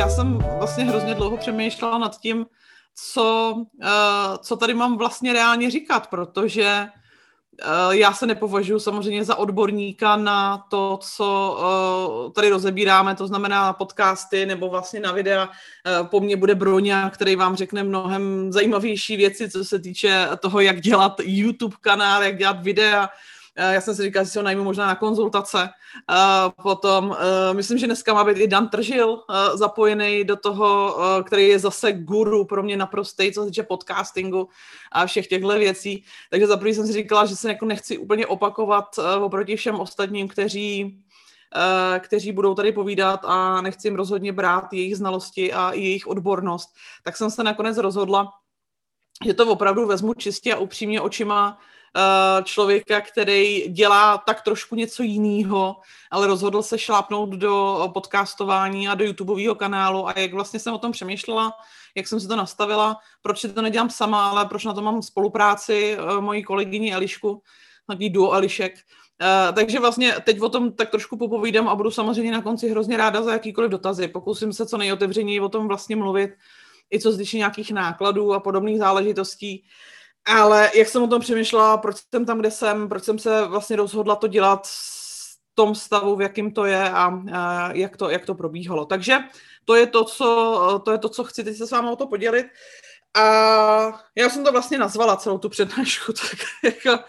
Já jsem vlastně hrozně dlouho přemýšlela nad tím, co tady mám vlastně reálně říkat, protože já se nepovažuji samozřejmě za odborníka na to, co tady rozebíráme, to znamená na podcasty nebo vlastně na videa. Po mně bude Broňa, který vám řekne mnohem zajímavější věci, co se týče toho, jak dělat YouTube kanál, jak dělat videa. Já jsem si říkala, že si ho najmu možná na konzultace. Potom myslím, že dneska má být i Dan Tržil zapojený do toho, který je zase guru pro mě naprostej, co se týče podcastingu a všech těchto věcí. Takže za první jsem si říkala, že se jako nechci úplně opakovat oproti všem ostatním, kteří budou tady povídat a nechci jim rozhodně brát jejich znalosti a jejich odbornost. Tak jsem se nakonec rozhodla, že to opravdu vezmu čistě a upřímně očima člověka, který dělá tak trošku něco jiného, ale rozhodl se šlápnout do podcastování a do YouTubeového kanálu a jak vlastně jsem o tom přemýšlela, jak jsem si to nastavila, proč si to nedělám sama, ale proč na to mám spolupráci mojí kolegyni Elišku, takový duo Elišek. Takže vlastně teď o tom tak trošku popovídám a budu samozřejmě na konci hrozně ráda za jakýkoliv dotazy. Pokusím se co nejotevřeněji o tom vlastně mluvit, i co se týče nějakých nákladů a podobných záležitostí. Ale jak jsem o tom přemýšlela, proč jsem tam, kde jsem, proč jsem se vlastně rozhodla to dělat v tom stavu, v jakým to je a jak to probíhalo. Takže to je to, co chci teď se s vámi o to podělit. A já jsem to vlastně nazvala celou tu přednášku, tak jako,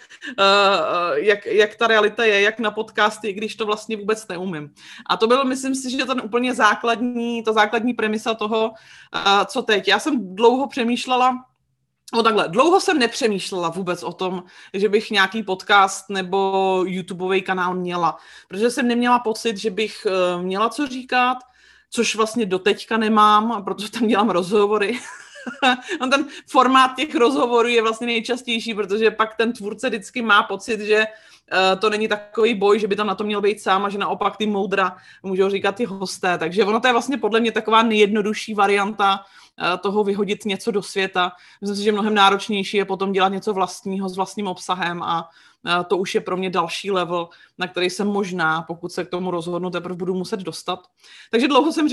jak ta realita je, jak na podcasty, když to vlastně vůbec neumím. A to bylo, myslím si, že ten úplně ta základní premisa toho, co teď. Já jsem dlouho přemýšlela, dlouho jsem nepřemýšlela vůbec o tom, že bych nějaký podcast nebo YouTubeový kanál měla, protože jsem neměla pocit, že bych měla co říkat, což vlastně doteďka nemám, protože tam dělám rozhovory. Ten formát těch rozhovorů je vlastně nejčastější, protože pak ten tvůrce vždycky má pocit, že to není takový boj, že by tam na to měl být sám a že naopak ty moudra můžou říkat ty hosté. Takže ono to je vlastně podle mě taková nejjednodušší varianta toho vyhodit něco do světa. Myslím si, že mnohem náročnější je potom dělat něco vlastního s vlastním obsahem a to už je pro mě další level, na který jsem možná, pokud se k tomu rozhodnu, teprve budu muset dostat. Takže dlouho jsem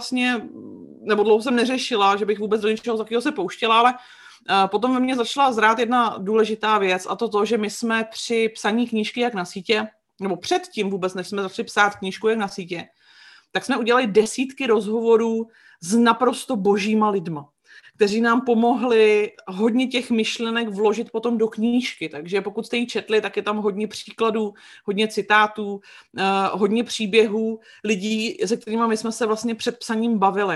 neřešila, že bych vůbec do něčeho takového se pouštěla, ale potom ve mně začala zrát jedna důležitá věc a to, že my jsme při psaní knížky Jak na sítě, nebo předtím vůbec, než jsme začali psát knížku Jak na sítě, tak jsme udělali desítky rozhovorů s naprosto božíma lidma, kteří nám pomohli hodně těch myšlenek vložit potom do knížky. Takže pokud jste ji četli, tak je tam hodně příkladů, hodně citátů, hodně příběhů lidí, se kterými my jsme se vlastně před psaním bavili.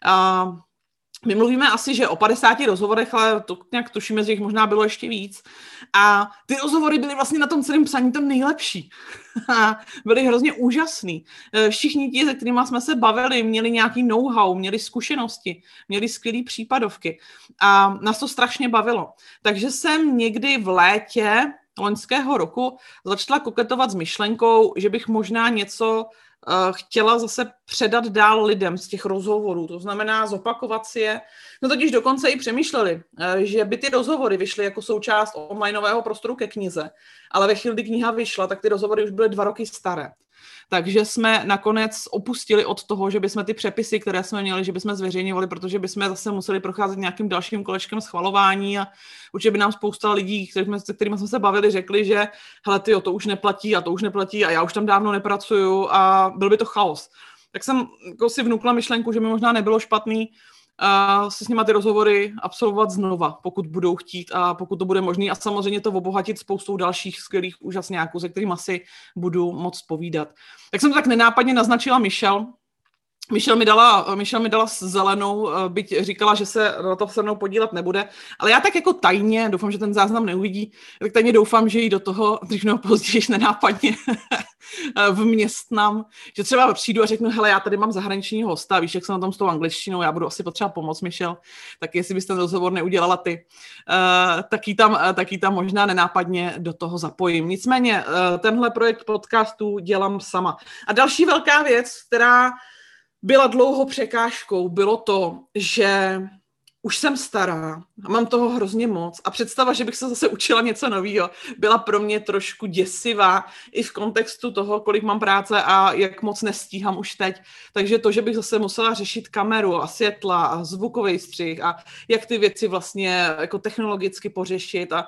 My mluvíme asi, že o 50 rozhovorech, ale to nějak tušíme, že jich možná bylo ještě víc. A ty rozhovory byly vlastně na tom celém psaní to nejlepší. Byly hrozně úžasný. Všichni ti, se kterými jsme se bavili, měli nějaký know-how, měli zkušenosti, měli skvělý případovky. A nás to strašně bavilo. Takže jsem někdy v létě loňského roku začala koketovat s myšlenkou, že bych možná něco chtěla zase předat dál lidem z těch rozhovorů, to znamená zopakovat si je. No totiž dokonce i přemýšleli, že by ty rozhovory vyšly jako součást onlineového prostoru ke knize, ale ve chvíli, kdy kniha vyšla, tak ty rozhovory už byly 2 roky staré. Takže jsme nakonec opustili od toho, že bychom ty přepisy, které jsme měli, že bychom zveřejňovali, protože bychom zase museli procházet nějakým dalším kolečkem schvalování a určitě by nám spousta lidí, se kterými jsme se bavili, řekli, že hele tyjo, to už neplatí a to už neplatí a já už tam dávno nepracuju a byl by to chaos. Tak jsem jako si vnukla myšlenku, že mi možná nebylo špatný se s nima ty rozhovory absolvovat znova, pokud budou chtít a pokud to bude možné a samozřejmě to obohatit spoustou dalších skvělých úžasňáků, se kterými asi budu moc povídat. Tak jsem to tak nenápadně naznačila Michelle mi dala zelenou, byť říkala, že se na to se mnou podílet nebude, ale já tak jako tajně, doufám, že ten záznam neuvidí, tak tajně doufám, že jí do toho dřív nebo později nenápadně vměstnám, že třeba přijdu a řeknu, hele, já tady mám zahraničního hosta, víš, jak jsem na tom s tou angličtinou, já budu asi potřeba pomoct, Michelle, tak jestli bys ten rozhovor neudělala ty, tak jí tam možná nenápadně do toho zapojím. Nicméně tenhle projekt podcastu dělám sama. A další velká věc, která byla dlouho překážkou, bylo to, že už jsem stará a mám toho hrozně moc a představa, že bych se zase učila něco nového, byla pro mě trošku děsivá i v kontextu toho, kolik mám práce a jak moc nestíhám už teď. Takže to, že bych zase musela řešit kameru a světla a zvukový střih a jak ty věci vlastně jako technologicky pořešit a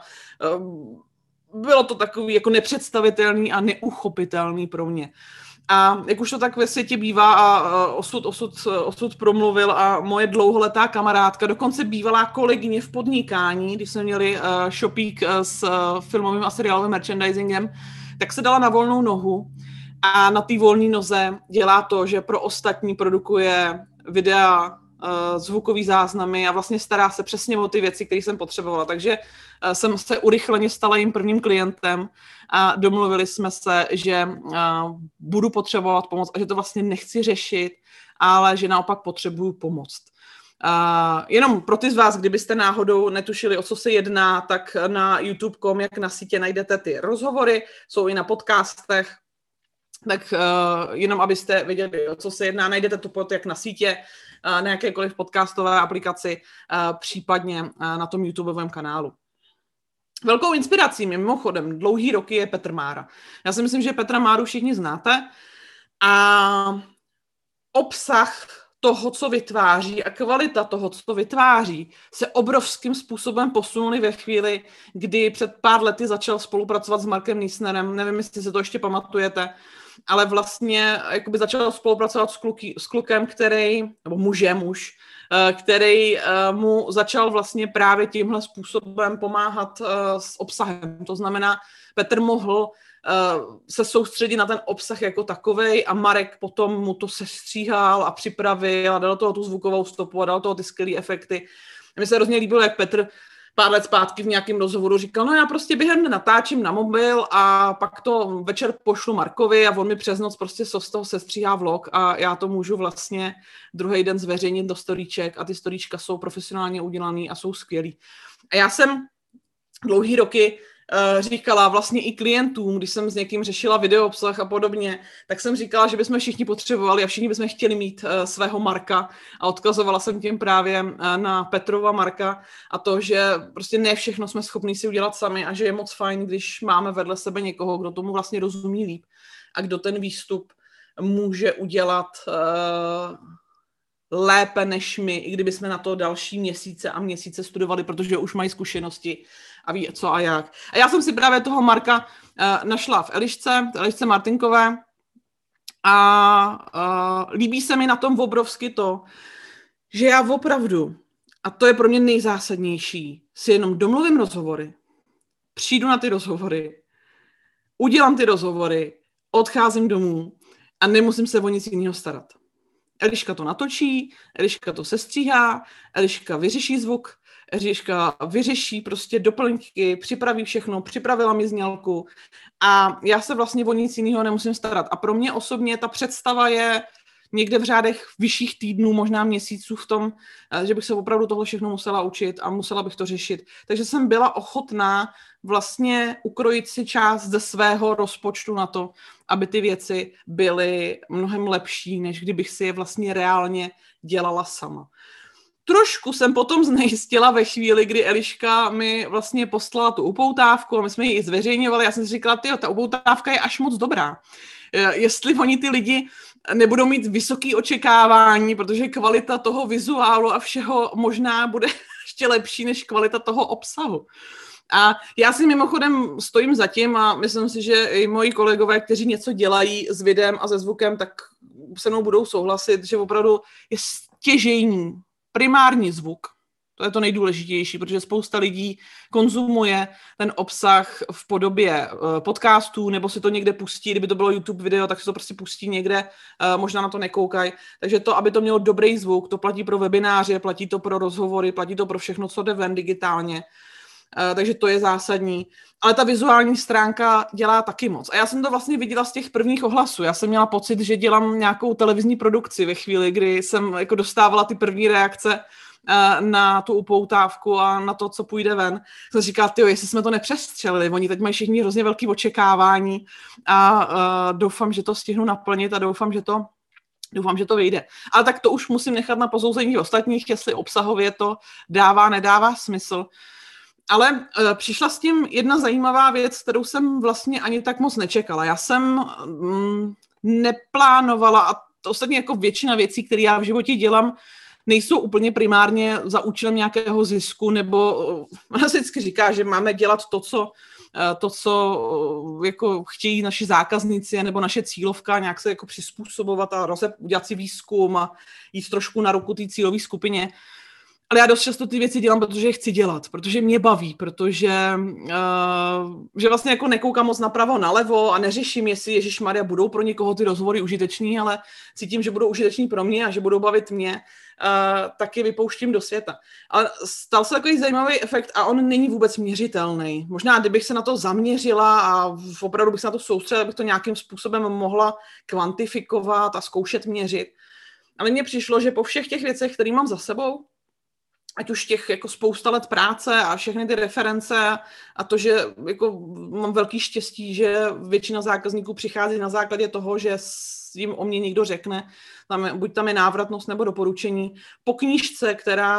bylo to takový jako nepředstavitelný a neuchopitelný pro mě. A jak už to tak ve světě bývá a osud promluvil a moje dlouholetá kamarádka, dokonce bývalá kolegyně v podnikání, když jsme měli shopík s filmovým a seriálovým merchandisingem, tak se dala na volnou nohu a na té volné noze dělá to, že pro ostatní produkuje videa, zvukový záznamy a vlastně stará se přesně o ty věci, které jsem potřebovala. Takže jsem se urychleně stala jim prvním klientem a domluvili jsme se, že budu potřebovat pomoc a že to vlastně nechci řešit, ale že naopak potřebuju pomoct. Jenom pro ty z vás, kdybyste náhodou netušili, o co se jedná, tak na youtube.com, jak na sítě najdete ty rozhovory, jsou i na podcastech, tak jenom abyste věděli, o co se jedná, najdete to pod jak na sítě, na jakékoliv podcastové aplikaci, případně na tom YouTubeovém kanálu. Velkou inspirací mimochodem dlouhý roky je Petr Mára. Já si myslím, že Petra Máru všichni znáte a obsah toho, co vytváří a kvalita toho, co vytváří, se obrovským způsobem posunuly ve chvíli, kdy před pár lety začal spolupracovat s Markem Niesnerem, nevím, jestli se to ještě pamatujete, ale vlastně jakoby začal spolupracovat s klukem, nebo muž, který mu začal vlastně právě tímhle způsobem pomáhat s obsahem. To znamená, Petr mohl se soustředit na ten obsah jako takovej a Marek potom mu to sestříhal a připravil a dal toho tu zvukovou stopu a dal toho ty skvělý efekty. Mně se hrozně líbilo, jak Petr pár let zpátky v nějakém rozhovoru říkal, no já prostě během dne natáčím na mobil a pak to večer pošlu Markovi a on mi přes noc prostě z toho sestříhá vlog a já to můžu vlastně druhý den zveřejnit do storíček a ty storíčka jsou profesionálně udělaný a jsou skvělý. A já jsem dlouhý roky říkala vlastně i klientům, když jsem s někým řešila videoobsah a podobně, tak jsem říkala, že bychom všichni potřebovali a všichni bychom chtěli mít svého Marka a odkazovala jsem tím právě na Petrova Marka a to, že prostě ne všechno jsme schopni si udělat sami a že je moc fajn, když máme vedle sebe někoho, kdo tomu vlastně rozumí líp a kdo ten výstup může udělat lépe než my, i kdyby jsme na to další měsíce a měsíce studovali, protože už mají zkušenosti a ví co a jak. A já jsem si právě toho Marka našla v Elišce Martinkové a líbí se mi na tom obrovsky to, že já opravdu, a to je pro mě nejzásadnější, si jenom domluvím rozhovory, přijdu na ty rozhovory, udělám ty rozhovory, odcházím domů a nemusím se o nic jiného starat. Eliška to natočí, Eliška to sestříhá, Eliška vyřeší zvuk, Eliška vyřeší prostě doplňky, připraví všechno, připravila mi znělku a já se vlastně o nic jiného nemusím starat. A pro mě osobně ta představa je někde v řádech vyšších týdnů, možná měsíců v tom, že bych se opravdu tohle všechno musela učit a musela bych to řešit. Takže jsem byla ochotná vlastně ukrojit si část ze svého rozpočtu na to, aby ty věci byly mnohem lepší, než kdybych si je vlastně reálně dělala sama. Trošku jsem potom znejistila ve chvíli, kdy Eliška mi vlastně poslala tu upoutávku a my jsme ji i zveřejňovali. Já jsem si říkala, ta upoutávka je až moc dobrá. Jestli oni ty lidi nebudou mít vysoké očekávání, protože kvalita toho vizuálu a všeho možná bude ještě lepší než kvalita toho obsahu. A já si mimochodem stojím za tím a myslím si, že i moji kolegové, kteří něco dělají s videem a se zvukem, tak se mnou budou souhlasit, že opravdu je stěžejní primární zvuk. To je to nejdůležitější, protože spousta lidí konzumuje ten obsah v podobě podcastů, nebo si to někde pustí, kdyby to bylo YouTube video, tak si to prostě pustí někde, možná na to nekoukají. Takže to, aby to mělo dobrý zvuk, to platí pro webináře, platí to pro rozhovory, platí to pro všechno, co jde ven digitálně. Takže to je zásadní. Ale ta vizuální stránka dělá taky moc. A já jsem to vlastně viděla z těch prvních ohlasů. Já jsem měla pocit, že dělám nějakou televizní produkci ve chvíli, kdy jsem jako dostávala ty první reakce na tu upoutávku a na to, co půjde ven. Jsem říkala, jestli jsme to nepřestřelili, oni teď mají všichni hrozně velké očekávání a doufám, že to stihnu naplnit a doufám, že to Doufám, že to vyjde. Ale tak to už musím nechat na posouzení ostatních, jestli obsahově to dává, nedává smysl. Ale přišla s tím jedna zajímavá věc, kterou jsem vlastně ani tak moc nečekala. Já jsem neplánovala, a to ostatně jako většina věcí, které já v životě dělám, nejsou úplně primárně za účelem nějakého zisku, nebo ona se vždycky říká, že máme dělat to, co jako chtějí naši zákazníci nebo naše cílovka, nějak se jako přizpůsobovat a udělat si výzkum a jít trošku na ruku té cílové skupině. Ale já dost často ty věci dělám, protože je chci dělat, protože mě baví, protože že vlastně jako nekoukám moc napravo, nalevo a neřeším, jestli ježišmarja budou pro někoho ty rozhovory užiteční, ale cítím, že budou užiteční pro mě a že budou bavit mě, tak je vypouštím do světa. Ale stal se takový zajímavý efekt a on není vůbec měřitelný. Možná, kdybych se na to zaměřila a opravdu bych se na to soustředila, bych to nějakým způsobem mohla kvantifikovat a zkoušet měřit. Ale mně přišlo, že po všech těch věcech, které mám za sebou, ať už těch jako spousta let práce a všechny ty reference a to, že jako mám velký štěstí, že většina zákazníků přichází na základě toho, že jim o mě někdo řekne, buď tam je návratnost nebo doporučení. Po knížce,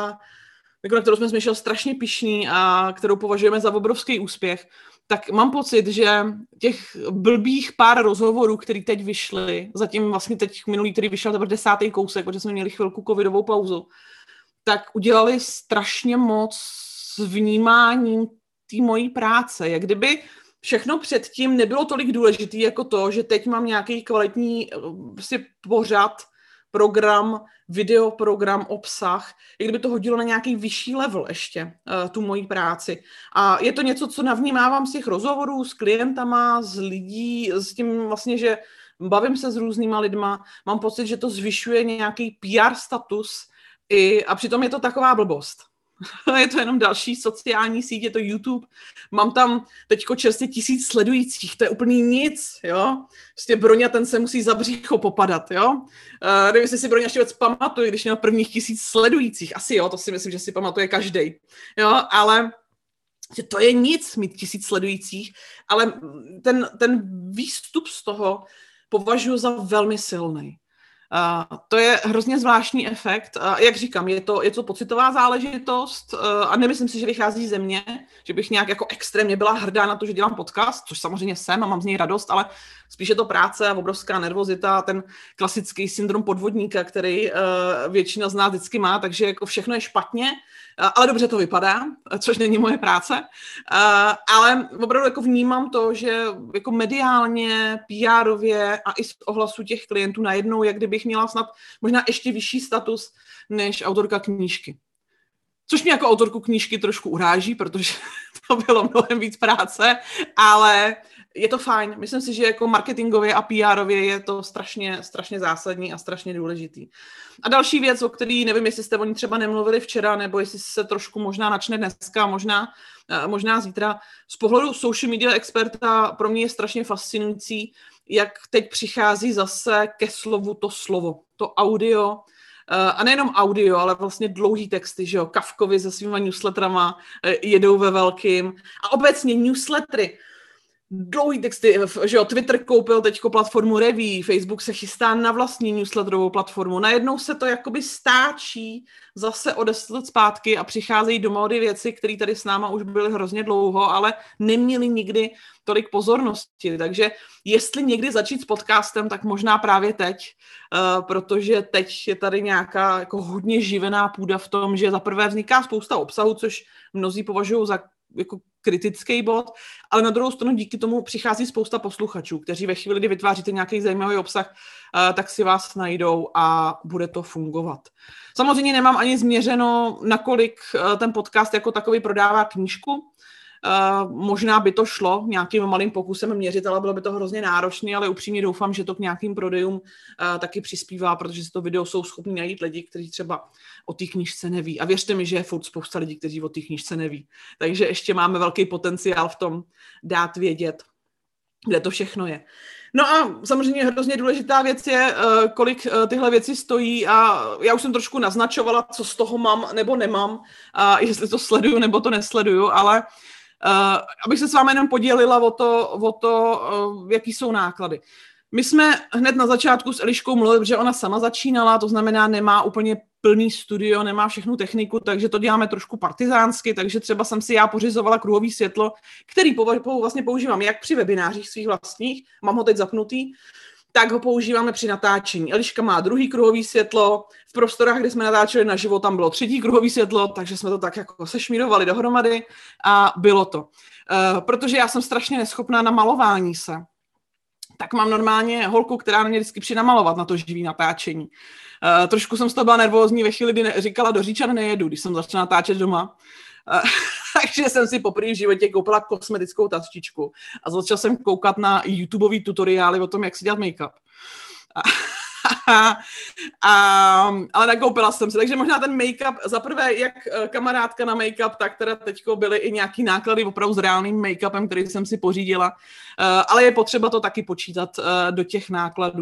na kterou jsme smyšleli strašně pyšný a kterou považujeme za obrovský úspěch, tak mám pocit, že těch blbých pár rozhovorů, který teď vyšly, zatím vlastně teď minulý, který vyšel teprve 10. kousek, protože jsme měli chvilku covidovou pauzu, tak udělali strašně moc s vnímáním té mojí práce. Jak kdyby všechno předtím nebylo tolik důležitý jako to, že teď mám nějaký kvalitní prostě pořad, program, videoprogram, obsah, jak kdyby to hodilo na nějaký vyšší level ještě, tu moji práci. A je to něco, co navnímávám z těch rozhovorů s klientama, z lidí, s tím vlastně, že bavím se s různýma lidma, mám pocit, že to zvyšuje nějaký PR status, a přitom je to taková blbost. Je to jenom další sociální síť, je to YouTube. Mám tam teďko čerstvě 1000 sledujících, to je úplně nic, jo. Prostě Broňa, ten se musí za břicho popadat, jo. Nevím, jestli si Broňa ještě pamatuje, když měl prvních 1000 sledujících. Asi jo, to si myslím, že si pamatuje každej. Jo, ale to je nic mít 1000 sledujících, ale ten výstup z toho považuji za velmi silný. To je hrozně zvláštní efekt. Jak říkám, je to pocitová záležitost a nemyslím si, že vychází ze mě, že bych nějak jako extrémně byla hrdá na to, že dělám podcast, což samozřejmě jsem a mám z něj radost, ale spíš je to práce a obrovská nervozita, ten klasický syndrom podvodníka, který většina z nás vždycky má, takže jako všechno je špatně, ale dobře to vypadá, což není moje práce, ale opravdu jako vnímám to, že jako mediálně, PR-ově a i z ohlasu těch klientů najednou, jak kdybych měla snad možná ještě vyšší status než autorka knížky. Což mě jako autorku knížky trošku uráží, protože to bylo mnohem víc práce, ale je to fajn. Myslím si, že jako marketingově a PR-ově je to strašně, strašně zásadní a strašně důležitý. A další věc, o který nevím, jestli jste o ní třeba nemluvili včera, nebo jestli se trošku možná načne dneska, možná zítra. Z pohledu social media experta pro mě je strašně fascinující, jak teď přichází zase ke slovu to audio, a nejenom audio, ale vlastně dlouhý texty, že jo, Kafkovi se svýma newsletterama jedou ve velkým a obecně newslettery, dlouhý texty, že jo, Twitter koupil teďko platformu Revue, Facebook se chystá na vlastní newsletterovou platformu, najednou se to jakoby stáčí zase o 10 let zpátky a přicházejí do módy věci, které tady s náma už byly hrozně dlouho, ale neměly nikdy tolik pozornosti, takže jestli někdy začít s podcastem, tak možná právě teď, protože teď je tady nějaká jako hodně živená půda v tom, že za prvé vzniká spousta obsahu, což mnozí považují za jako kritický bod, ale na druhou stranu díky tomu přichází spousta posluchačů, kteří ve chvíli, kdy vytváříte nějaký zajímavý obsah, tak si vás najdou a bude to fungovat. Samozřejmě nemám ani změřeno, nakolik ten podcast jako takový prodává knížku. Možná by to šlo nějakým malým pokusem měřit, ale bylo by to hrozně náročné, ale upřímně doufám, že to k nějakým prodejům taky přispívá, protože si to video jsou schopni najít lidi, kteří třeba o té knížce neví. A věřte mi, že je furt spousta lidí, kteří o té knížce neví. Takže ještě máme velký potenciál v tom dát vědět, kde to všechno je. No a samozřejmě hrozně důležitá věc je, kolik tyhle věci stojí a já už jsem trošku naznačovala, co z toho mám nebo nemám, a jestli to sleduju nebo to nesleduju, ale abych se s vámi jenom podělila o to, jaký jsou náklady. My jsme hned na začátku s Eliškou mluvili, protože ona sama začínala, to znamená, nemá úplně plný studio, nemá všechnu techniku, takže to děláme trošku partizánsky, takže třeba jsem si já pořizovala kruhový světlo, který vlastně používám jak při webinářích svých vlastních, mám ho teď zapnutý, tak ho používáme při natáčení. Eliška má druhý kruhový světlo, v prostorách, kde jsme natáčeli naživo, tam bylo třetí kruhový světlo, takže jsme to tak jako sešmírovali dohromady a bylo to. Protože já jsem strašně neschopná na malování se, tak mám normálně holku, která mě vždycky přijde namalovat na to živý natáčení. Trošku jsem z toho byla nervózní ve chvíli, kdy říkala do Říčan nejedu, když jsem začala natáčet doma. Takže jsem si poprvé v životě koupila kosmetickou taštičku a začala jsem koukat na YouTubeový tutoriály o tom, jak si dělat make-up. Ale nakoupila jsem si, takže možná ten make-up, zaprvé jak kamarádka na make-up, tak teda teďko byly i nějaký náklady opravdu s reálným make-upem, který jsem si pořídila, ale je potřeba to taky počítat do těch nákladů.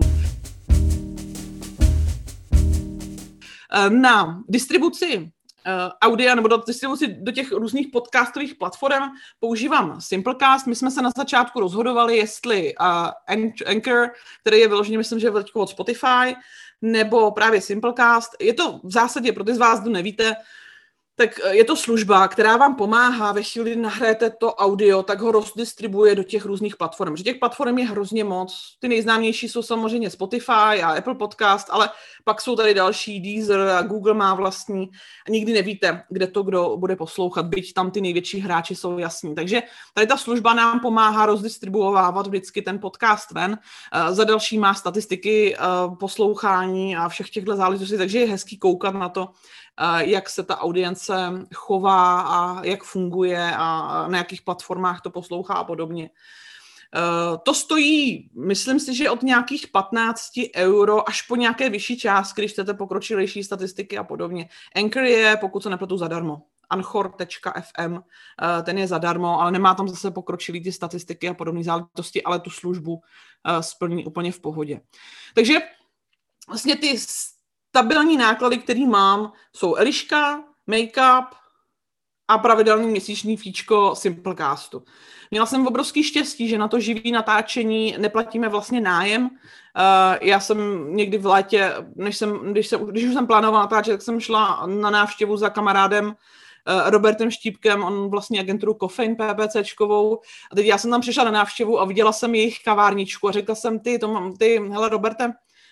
Na distribuci audia nebo do distribuci do těch různých podcastových platform používám Simplecast. My jsme se na začátku rozhodovali, jestli Anchor, který je vyložený, myslím, že je od Spotify, nebo právě Simplecast. Je to v zásadě, pro ty z vás, kdo nevíte, tak je to služba, která vám pomáhá ve chvíli, kdy nahrajete to audio, tak ho rozdistribuje do těch různých platform. Že těch platform je hrozně moc. Ty nejznámější jsou samozřejmě Spotify a Apple Podcast, ale pak jsou tady další, Deezer a Google má vlastní. A nikdy nevíte, kde to kdo bude poslouchat, byť tam ty největší hráči jsou jasní. Takže tady ta služba nám pomáhá rozdistribuovávat vždycky ten podcast ven. Za další má statistiky poslouchání a všech těchto záležitostí, takže je hezký koukat na to, jak se ta audience chová a jak funguje a na jakých platformách to poslouchá a podobně. To stojí, myslím si, že od nějakých 15 euro až po nějaké vyšší částky, když chcete pokročilejší statistiky a podobně. Anchor je, pokud se nepletu, zadarmo. Anchor.fm, ten je zadarmo, ale nemá tam zase pokročilý ty statistiky a podobné záležitosti, ale tu službu splní úplně v pohodě. Takže vlastně ty stabilní náklady, který mám, jsou Eliška, make-up a pravidelný měsíční fíčko Simplecastu. Měla jsem obrovský štěstí, že na to živý natáčení neplatíme vlastně nájem. Já jsem někdy v létě, když už jsem plánovala natáčet, tak jsem šla na návštěvu za kamarádem Robertem Štípkem, on vlastně agenturu Coffein PPCčkovou. A teď já jsem tam přišla na návštěvu a viděla jsem jejich kavárničku a řekla jsem, hele Roberte,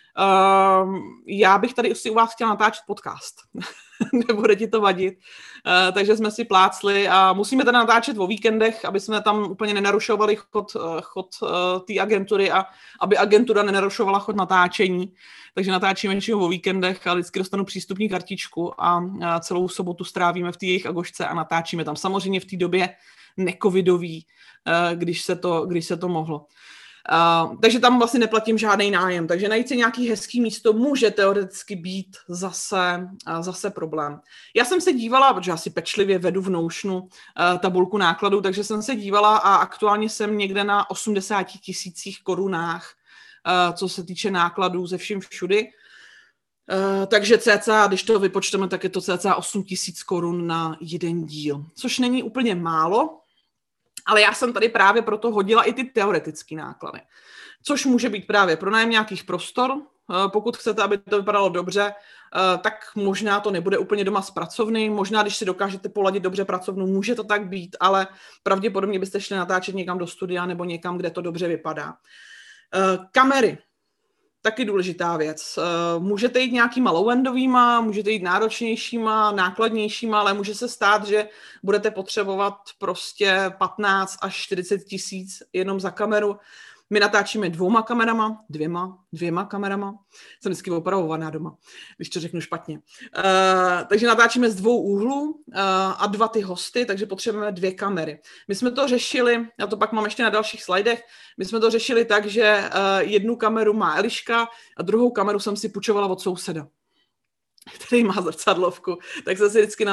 já bych tady si u vás chtěla natáčet podcast. Nebude ti to vadit. Takže jsme si plácli a musíme teda natáčet o víkendech, aby jsme tam úplně nenarušovali chod té agentury a aby agentura nenarušovala chod natáčení. Takže natáčíme většinou o víkendech a vždycky dostanu přístupní kartičku a celou sobotu strávíme v té jejich agošce a natáčíme tam. Samozřejmě v té době necovidový, když se to mohlo. Takže tam vlastně neplatím žádný nájem, takže najít si nějaký hezký místo může teoreticky být zase problém. Já jsem se dívala, protože já si pečlivě vedu v Notionu tabulku nákladů, takže jsem se dívala a aktuálně jsem někde na 80 000 korunách, co se týče nákladů ze vším všudy. Takže cca, když to vypočteme, tak je to cca 8 000 korun na jeden díl, což není úplně málo. Ale já jsem tady právě proto hodila i ty teoretické náklady, což může být právě pronájem nějakých prostor. Pokud chcete, aby to vypadalo dobře, tak možná to nebude úplně doma z pracovny, možná když si dokážete poladit dobře pracovnu, může to tak být, ale pravděpodobně byste šli natáčet někam do studia nebo někam, kde to dobře vypadá. Kamery. Taky důležitá věc. Můžete jít nějakýma low-endovýma, můžete jít náročnějšíma, nákladnějšíma, ale může se stát, že budete potřebovat prostě 15 až 40 tisíc jenom za kameru. My natáčíme dvěma kamerama. Jsem vždycky opravovaná doma, když to řeknu špatně. Takže natáčíme z 2 úhlů a 2 ty hosty, takže potřebujeme 2 kamery. My jsme to řešili, já to pak mám ještě na dalších slajdech, my jsme to řešili tak, že jednu kameru má Eliška a druhou kameru jsem si půjčovala od souseda, který má zrcadlovku, tak jsme si vždycky na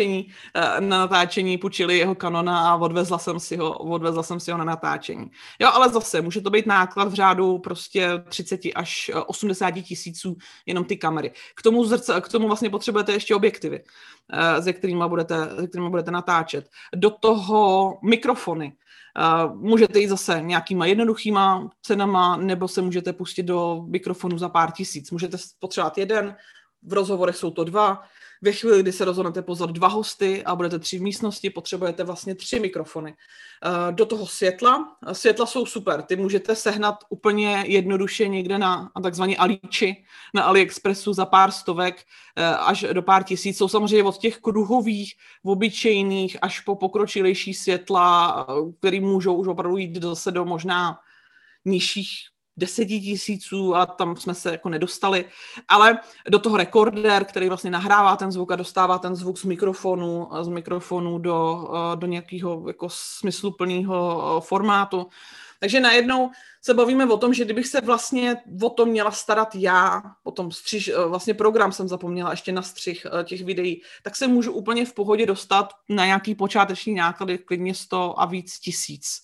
natáčení půjčili jeho Canona a odvezla jsem si ho na natáčení. Jo, ale zase může to být náklad v řádu prostě 30 až 80 tisíců jenom ty kamery. K tomu vlastně potřebujete ještě objektivy, se kterými budete natáčet. Do toho mikrofony. Můžete jít zase nějakýma jednoduchýma cenama, nebo se můžete pustit do mikrofonu za pár tisíc. Můžete potřebovat jeden, v rozhovorech jsou to dva. Ve chvíli, kdy se rozhodnete pozvat 2 hosty a budete 3 v místnosti, potřebujete vlastně 3 mikrofony. Do toho světla. Světla jsou super. Ty můžete sehnat úplně jednoduše někde na takzvané Alíči, na AliExpressu za pár stovek až do pár tisíc. Jsou samozřejmě od těch kruhových, obyčejných až po pokročilejší světla, které můžou už opravdu jít zase do možná nižších 10 000, a tam jsme se jako nedostali, ale do toho rekordér, který vlastně nahrává ten zvuk a dostává ten zvuk z mikrofonu do nějakého jako smysluplného formátu. Takže najednou se bavíme o tom, že kdybych se vlastně o tom měla starat já, potom vlastně program jsem zapomněla ještě na střih těch videí, tak se můžu úplně v pohodě dostat na nějaký počáteční náklady, klidně 100 a víc tisíc.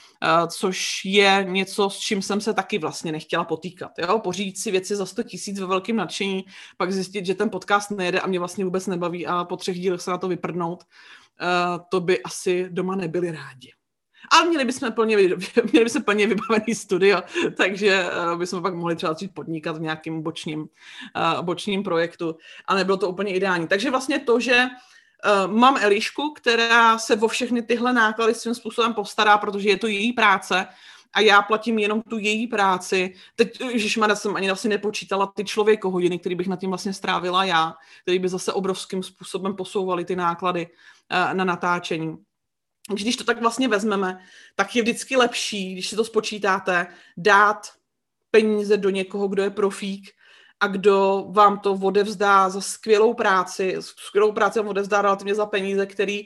Což je něco, s čím jsem se taky vlastně nechtěla potýkat. Jo? Pořídit si věci za 100 000 ve velkém nadšení, pak zjistit, že ten podcast nejede a mě vlastně vůbec nebaví a po 3 dílech se na to vyprdnout, to by asi doma nebyli rádi. Ale měli bychom plně vybavený studio, takže bychom pak mohli třeba začít podnikat v nějakém bočním projektu a nebylo to úplně ideální. Takže vlastně to, že mám Elišku, která se o všechny tyhle náklady svým způsobem postará, protože je to její práce a já platím jenom tu její práci. Teď, ježišmarja, jsem ani vlastně nepočítala ty člověkohodiny, který bych nad tím vlastně strávila já, který by zase obrovským způsobem posouvaly ty náklady na natáčení. Když to tak vlastně vezmeme, tak je vždycky lepší, když si to spočítáte, dát peníze do někoho, kdo je profík, a kdo vám to odevzdá za skvělou práci vám odevzdá relativně za peníze, který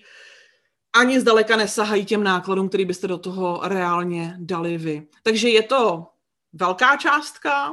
ani zdaleka nesahají těm nákladům, který byste do toho reálně dali vy. Takže je to velká částka,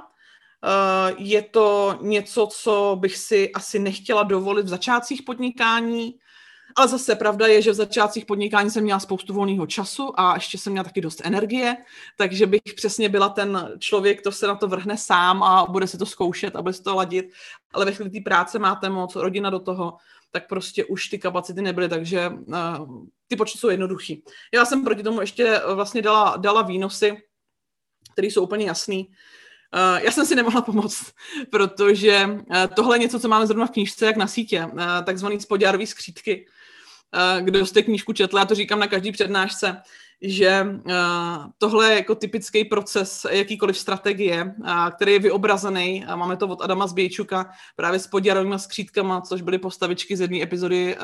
je to něco, co bych si asi nechtěla dovolit v začátcích podnikání, ale zase pravda je, že v začátcích podnikání jsem měla spoustu volného času a ještě jsem měla taky dost energie, takže bych přesně byla ten člověk, kdo se na to vrhne sám a bude si to zkoušet a bude si to ladit, ale ve chvíli té práce máte moc, rodina do toho, tak prostě už ty kapacity nebyly, takže ty počty jsou jednoduchý. Já jsem proti tomu ještě vlastně dala výnosy, které jsou úplně jasný. Já jsem si nemohla pomoct, protože tohle je něco, co máme zrovna v knížce, jak na sítě, takzvaný spodňárový skřítky. Kdo jste knížku četl, já to říkám na každý přednášce, že tohle je jako typický proces jakýkoliv strategie, který je vyobrazený, a máme to od Adama Zbějčuka, právě s spodňárovými skřítkama, což byly postavičky z jedné epizody,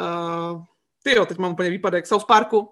teď mám úplně výpadek, South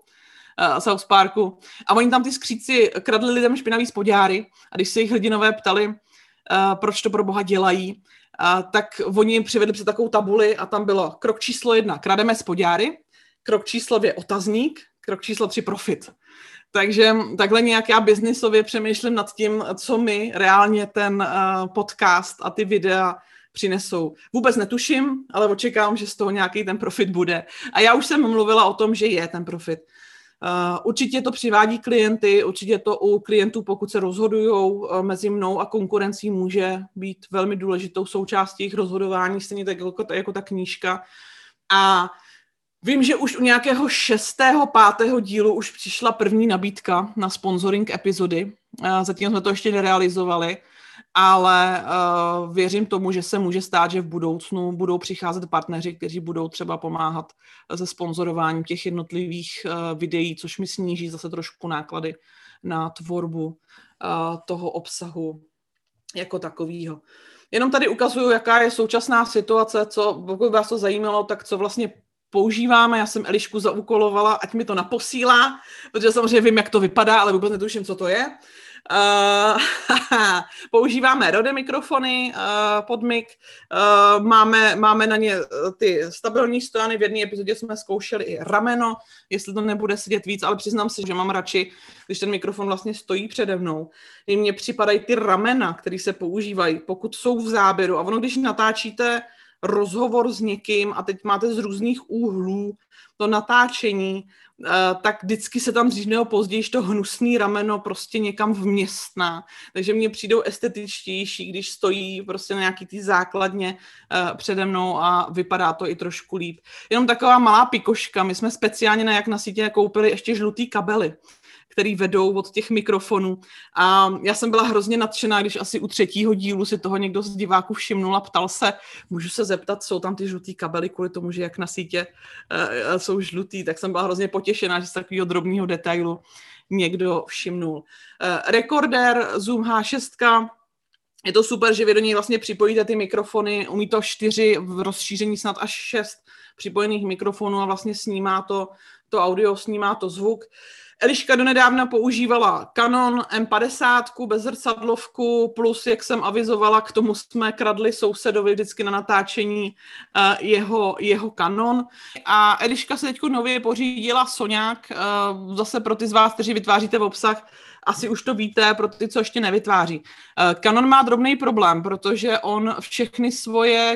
Parku. A oni tam ty skříci kradli lidem špinavý spodňáry a když se jich hrdinové ptali, proč to pro boha dělají, tak oni jim přivedli před takovou tabuli a tam bylo krok číslo 1, krademe spodňáry, krok číslo 2, otazník, krok číslo 3, profit. Takže takhle nějak já biznisově přemýšlím nad tím, co mi reálně ten podcast a ty videa přinesou. Vůbec netuším, ale očekávám, že z toho nějaký ten profit bude. A já už jsem mluvila o tom, že je ten profit. Určitě to přivádí klienty, určitě to u klientů, pokud se rozhodují mezi mnou a konkurencí, může být velmi důležitou součástí jejich rozhodování, stejně tak jako ta knížka. A vím, že už u nějakého 6., 5. dílu už přišla první nabídka na sponsoring epizody. Zatím jsme to ještě nerealizovali, ale věřím tomu, že se může stát, že v budoucnu budou přicházet partneři, kteří budou třeba pomáhat se sponzorováním těch jednotlivých videí, což mi sníží zase trošku náklady na tvorbu toho obsahu jako takového. Jenom tady ukazuju, jaká je současná situace, pokud vás to zajímalo, tak co vlastně používáme. Já jsem Elišku zaúkolovala, ať mi to naposílá, protože samozřejmě vím, jak to vypadá, ale vůbec netuším, co to je. Používáme Rode mikrofony pod mic, máme na ně ty stabilní stojany, v jedné epizodě jsme zkoušeli i rameno, jestli to nebude sedět víc, ale přiznám si, že mám radši, když ten mikrofon vlastně stojí přede mnou. Mně připadají ty ramena, které se používají, pokud jsou v záběru, a ono, když natáčíte rozhovor s někým a teď máte z různých úhlů to natáčení, tak vždycky se tam dřív nebo později to hnusný rameno prostě někam vměstná. Takže mně přijdou estetičtější, když stojí prostě na nějaký tý základně přede mnou a vypadá to i trošku líp. Jenom taková malá pikoška, my jsme speciálně na Jak na sítě koupili ještě žlutý kabely, který vedou od těch mikrofonů. A já jsem byla hrozně nadšená, když asi u 3. dílu si toho někdo z diváků všimnul a ptal se, můžu se zeptat, jsou tam ty žlutý kabely kvůli tomu, že jak na sítě jsou žlutý, tak jsem byla hrozně potěšená, že z takového drobného detailu někdo všimnul. Rekorder Zoom H6, je to super, že vy do něj vlastně připojíte ty mikrofony, umí to 4, v rozšíření snad až 6 připojených mikrofonů a vlastně snímá to audio, snímá to zvuk. Eliška donedávna používala Canon M50 bezzrcadlovku, plus, jak jsem avizovala, k tomu jsme kradli sousedovi vždycky na natáčení jeho Canon. A Eliška se teď nově pořídila Soňák, zase pro ty z vás, kteří vytváříte v obsah, asi už to víte, pro ty, co ještě nevytváří. Canon má drobný problém, protože on všechny svoje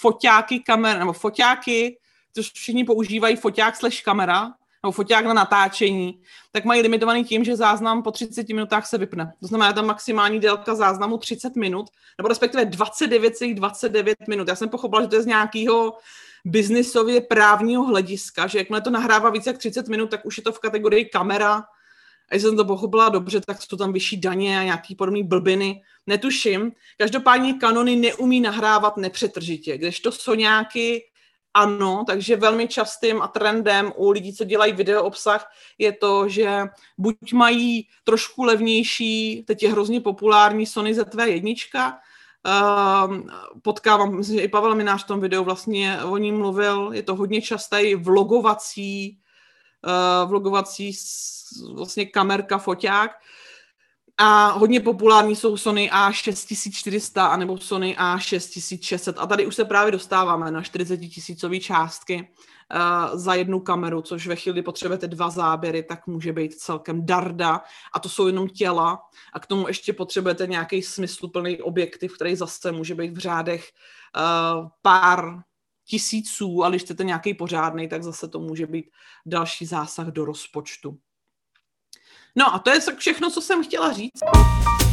foťáky, což všichni používají foťák/kamera, nebo foťák na natáčení, tak mají limitovaný tím, že záznam po 30 minutách se vypne. To znamená, tam maximální délka záznamu 30 minut, nebo respektive 29,29 minut. Já jsem pochopila, že to je z nějakého biznisově právního hlediska, že jakmile to nahrává více jak 30 minut, tak už je to v kategorii kamera. A jestli jsem to pochopila dobře, tak jsou tam vyšší daně a nějaký podobný blbiny. Netuším. Každopádně Canony neumí nahrávat nepřetržitě, kdežto Soňáky ano, takže velmi častým a trendem u lidí, co dělají video obsah, je to, že buď mají trošku levnější, teď je hrozně populární Sony ZV-1, potkávám, myslím, že i Pavel Minář v tom videu vlastně o ní mluvil, je to hodně častý vlogovací vlastně kamerka, foťák. A hodně populární jsou Sony A6400 anebo Sony A6600. A tady už se právě dostáváme na 40 000 částky za jednu kameru, což ve chvíli, kdy potřebujete 2 záběry, tak může být celkem darda. A to jsou jenom těla. A k tomu ještě potřebujete nějaký smysluplný objektiv, který zase může být v řádech pár tisíců, a když chcete nějaký pořádný, tak zase to může být další zásah do rozpočtu. No a to je všechno, co jsem chtěla říct.